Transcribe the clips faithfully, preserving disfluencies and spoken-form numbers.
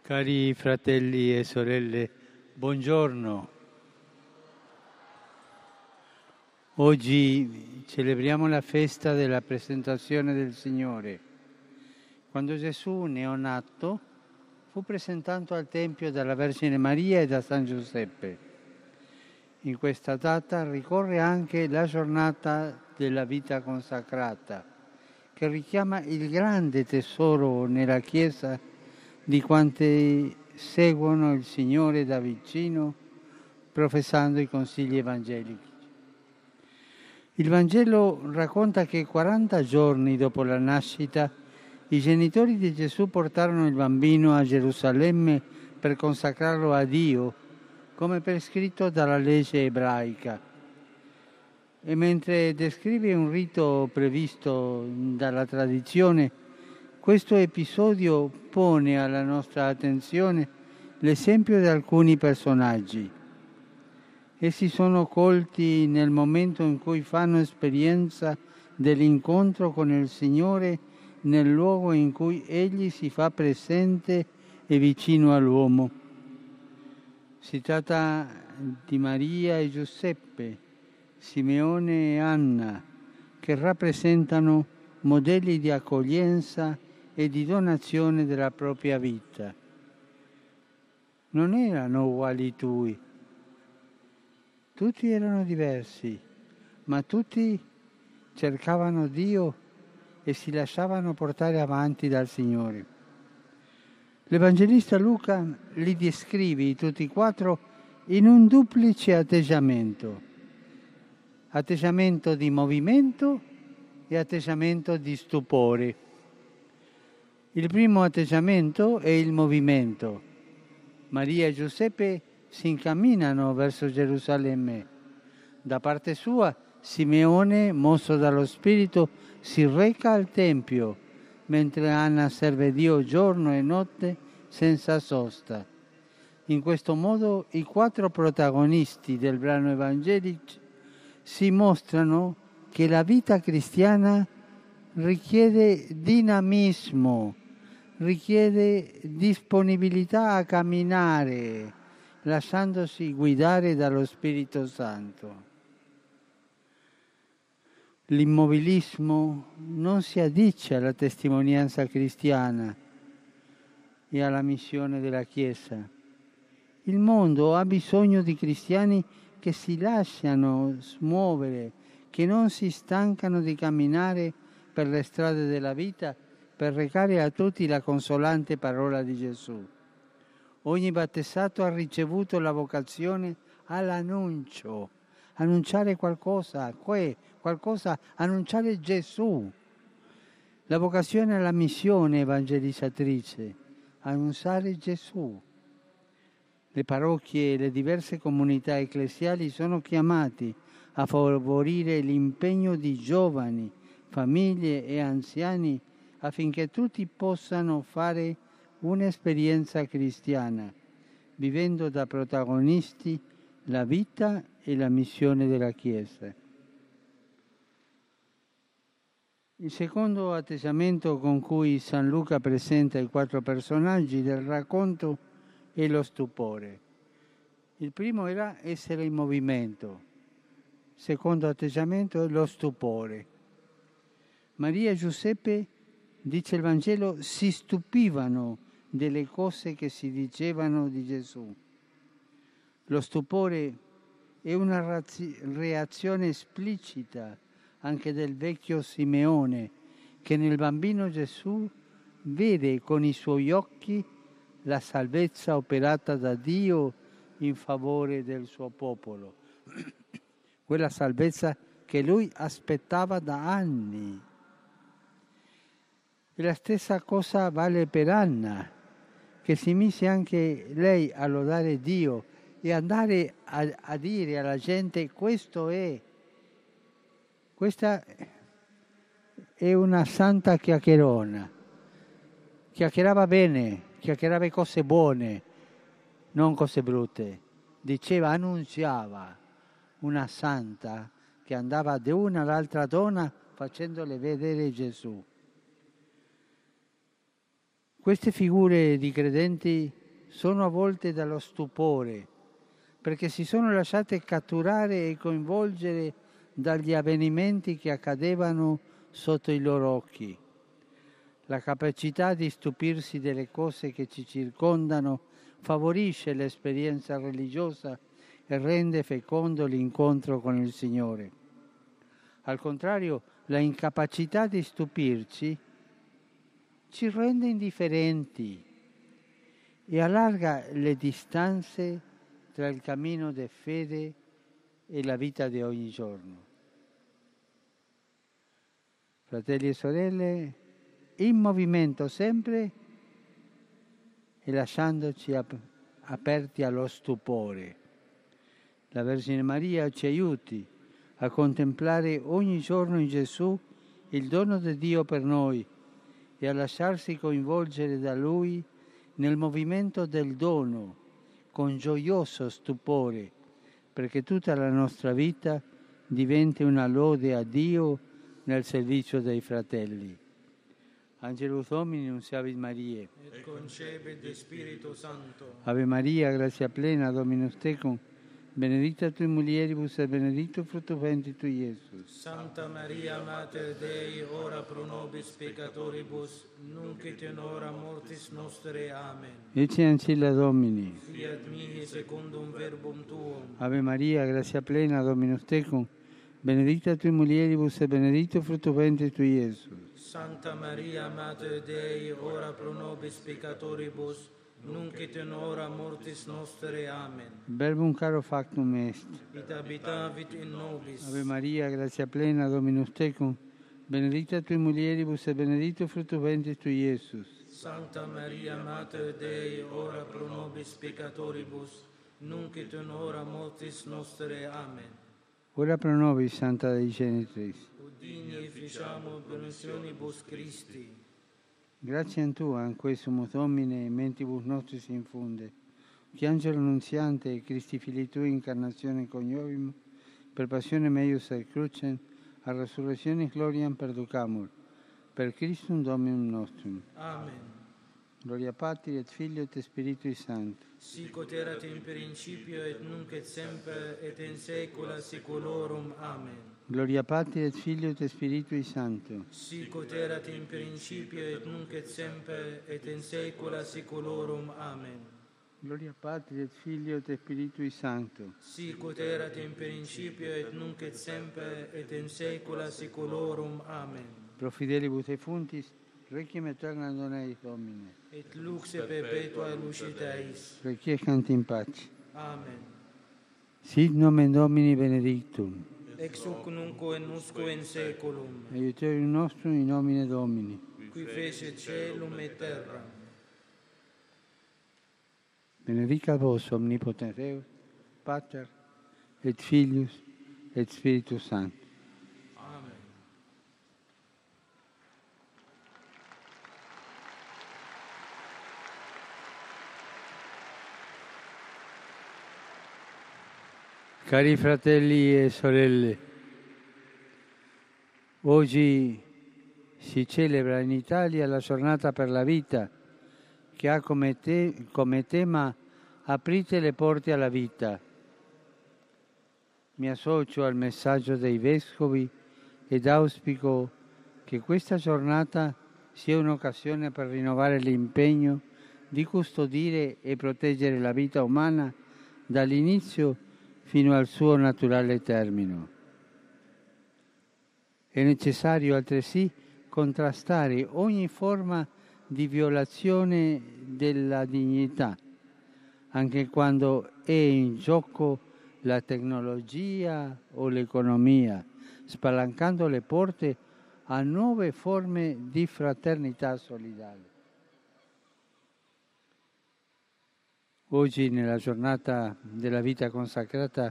Cari fratelli e sorelle, buongiorno. Oggi celebriamo la festa della presentazione del Signore. Quando Gesù, neonato, fu presentato al Tempio dalla Vergine Maria e da San Giuseppe. In questa data ricorre anche la giornata della vita consacrata, che richiama il grande tesoro nella Chiesa di quanti seguono il Signore da vicino, professando i consigli evangelici. Il Vangelo racconta che quaranta giorni dopo la nascita i genitori di Gesù portarono il bambino a Gerusalemme per consacrarlo a Dio, come prescritto dalla legge ebraica. E mentre descrive un rito previsto dalla tradizione, questo episodio pone alla nostra attenzione l'esempio di alcuni personaggi. Essi sono colti nel momento in cui fanno esperienza dell'incontro con il Signore nel luogo in cui Egli si fa presente e vicino all'uomo. Si tratta di Maria e Giuseppe, Simeone e Anna, che rappresentano modelli di accoglienza e di donazione della propria vita. Non erano uguali tui, tutti erano diversi, ma tutti cercavano Dio e si lasciavano portare avanti dal Signore. L'Evangelista Luca li descrive tutti e quattro in un duplice atteggiamento, atteggiamento di movimento e atteggiamento di stupore. Il primo atteggiamento è il movimento. Maria e Giuseppe si incamminano verso Gerusalemme. Da parte sua, Simeone, mosso dallo Spirito, si reca al Tempio, mentre Anna serve Dio giorno e notte senza sosta. In questo modo i quattro protagonisti del brano evangelico si mostrano che la vita cristiana richiede dinamismo, richiede disponibilità a camminare, lasciandosi guidare dallo Spirito Santo. L'immobilismo non si addice alla testimonianza cristiana e alla missione della Chiesa. Il mondo ha bisogno di cristiani che si lasciano smuovere, che non si stancano di camminare per le strade della vita per recare a tutti la consolante parola di Gesù. Ogni battezzato ha ricevuto la vocazione all'annuncio, annunciare qualcosa, qualcosa, annunciare Gesù. La vocazione alla missione evangelizzatrice, annunciare Gesù. Le parrocchie e le diverse comunità ecclesiali sono chiamati a favorire l'impegno di giovani, famiglie e anziani affinché tutti possano fare un'esperienza cristiana, vivendo da protagonisti la vita e la missione della Chiesa. Il secondo atteggiamento con cui San Luca presenta i quattro personaggi del racconto è lo stupore. Il primo era essere in movimento. Il secondo atteggiamento è lo stupore. Maria e Giuseppe, dice il Vangelo, si stupivano delle cose che si dicevano di Gesù. Lo stupore è una reazione esplicita anche del vecchio Simeone, che nel bambino Gesù vede con i suoi occhi la salvezza operata da Dio in favore del suo popolo. Quella salvezza che lui aspettava da anni. E la stessa cosa vale per Anna, che si mise anche lei a lodare Dio e andare a, a dire alla gente: questo è, questa è una santa chiacchierona, chiacchierava bene, chiacchierava cose buone, non cose brutte, diceva, annunziava, una santa che andava da una all'altra donna facendole vedere Gesù. Queste figure di credenti sono avvolte dallo stupore, perché si sono lasciate catturare e coinvolgere dagli avvenimenti che accadevano sotto i loro occhi. La capacità di stupirsi delle cose che ci circondano favorisce l'esperienza religiosa e rende fecondo l'incontro con il Signore. Al contrario, la incapacità di stupirci ci rende indifferenti e allarga le distanze tra il cammino di fede e la vita di ogni giorno. Fratelli e sorelle, in movimento sempre e lasciandoci ap- aperti allo stupore. La Vergine Maria ci aiuti a contemplare ogni giorno in Gesù il dono di Dio per noi e a lasciarsi coinvolgere da Lui nel movimento del dono con gioioso stupore, perché tutta la nostra vita diventi una lode a Dio nel servizio dei fratelli. Angelus Domini, nunciavit Mariae. Et concepit de Spiritu Sancto. Ave Maria, gratia plena, Dominus tecum, benedicta tui mulieribus et benedictus fructus ventris tui, Iesus. Santa Maria, Mater Dei, ora pro nobis peccatoribus, nunc et in hora mortis nostre. Amen. Ecce ancilla Domini. Fiat mihi secundum verbum Tuum. Ave Maria, gratia plena, Dominus tecum, benedicta tui mulieribus et benedictus fructus ventris tui, Iesus. Santa Maria, Mater Dei, ora pro nobis peccatoribus, nunc et in hora mortis nostre. Amen. Verbum caro factum est. Et habitavit in nobis. Ave Maria, gratia plena, Dominus tecum, benedicta tui mulieribus et benedictus fructus ventris tui, Iesus. Santa Maria, Mater Dei, ora pro nobis peccatoribus, nunc et in hora mortis nostre. Amen. Ora pro nobis, Santa Dei Genitris. Udini e ficiamo permissionibus Christi. Gratiam Tua, anque sumus Domine, mentibus nostris infunde, che Angelo Nunziante e Christi Filii Tui incarnazione coniovim, per passione meius et crucem, a resurrectionis gloriam perducamur, per Christum Dominum nostrum. Amen. Gloria Patri et Filio et Spiritui Sancto. Sic ut erat in principio et nunc et semper et in saecula saeculorum. Amen. Gloria Patri et Filio et Spiritui Sancto. Sic ut erat in principio et nunc et semper et in saecula saeculorum. Amen. Gloria Patri et Filio et Spiritui Sancto. Sic ut erat in principio et nunc et semper et in saecula saeculorum. Amen. Pro fidelibus defunctis, requiem aeterna dona eis Domine. Et lux perpetua lucida eis. Requiescant in pace. Amen. Sit nomen Domini benedictum. Ex hoc nunc et usque in saeculum. Aiuterium nostrum in nomine Domini. Qui fece caelum et terra. Benedicat vos omnipotens Deus, Pater et Filius et Spiritus Sanctus. Amen. Cari fratelli e sorelle, oggi si celebra in Italia la giornata per la vita, che ha come, te- come tema Aprite le porte alla vita. Mi associo al messaggio dei vescovi ed auspico che questa giornata sia un'occasione per rinnovare l'impegno di custodire e proteggere la vita umana dall'inizio fino al suo naturale termine. È necessario altresì contrastare ogni forma di violazione della dignità, anche quando è in gioco la tecnologia o l'economia, spalancando le porte a nuove forme di fraternità solidale. Oggi, nella giornata della vita consacrata,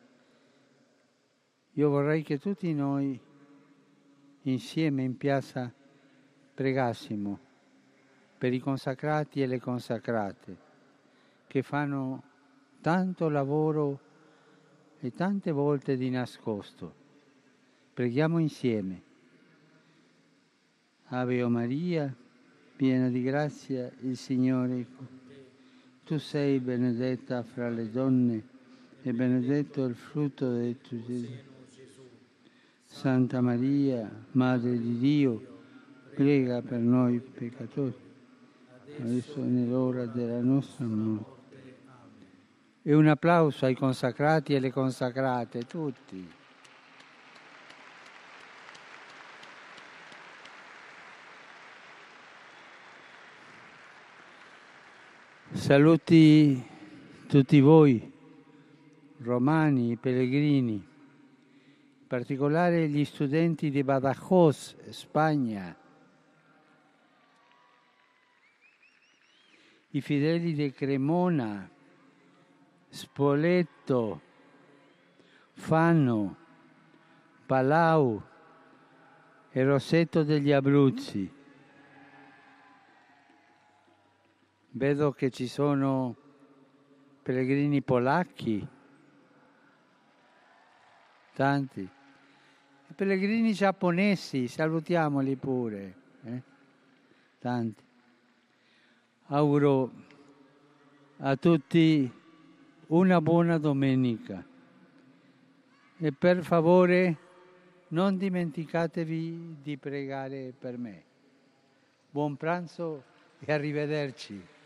io vorrei che tutti noi, insieme in piazza, pregassimo per i consacrati e le consacrate, che fanno tanto lavoro e tante volte di nascosto. Preghiamo insieme. Ave o Maria, piena di grazia, il Signore è con te. Tu sei benedetta fra le donne e benedetto il frutto del tuo Gesù. Santa Maria, Madre di Dio, prega per noi peccatori, adesso è nell'ora della nostra morte. E un applauso ai consacrati e alle consacrate, tutti. Saluti tutti voi, romani, pellegrini, in particolare gli studenti di Badajoz, Spagna, i fedeli di Cremona, Spoleto, Fano, Palau e Roseto degli Abruzzi. Vedo che ci sono pellegrini polacchi, tanti. I pellegrini giapponesi, salutiamoli pure, eh? Tanti. Auguro a tutti una buona domenica e per favore non dimenticatevi di pregare per me. Buon pranzo e arrivederci.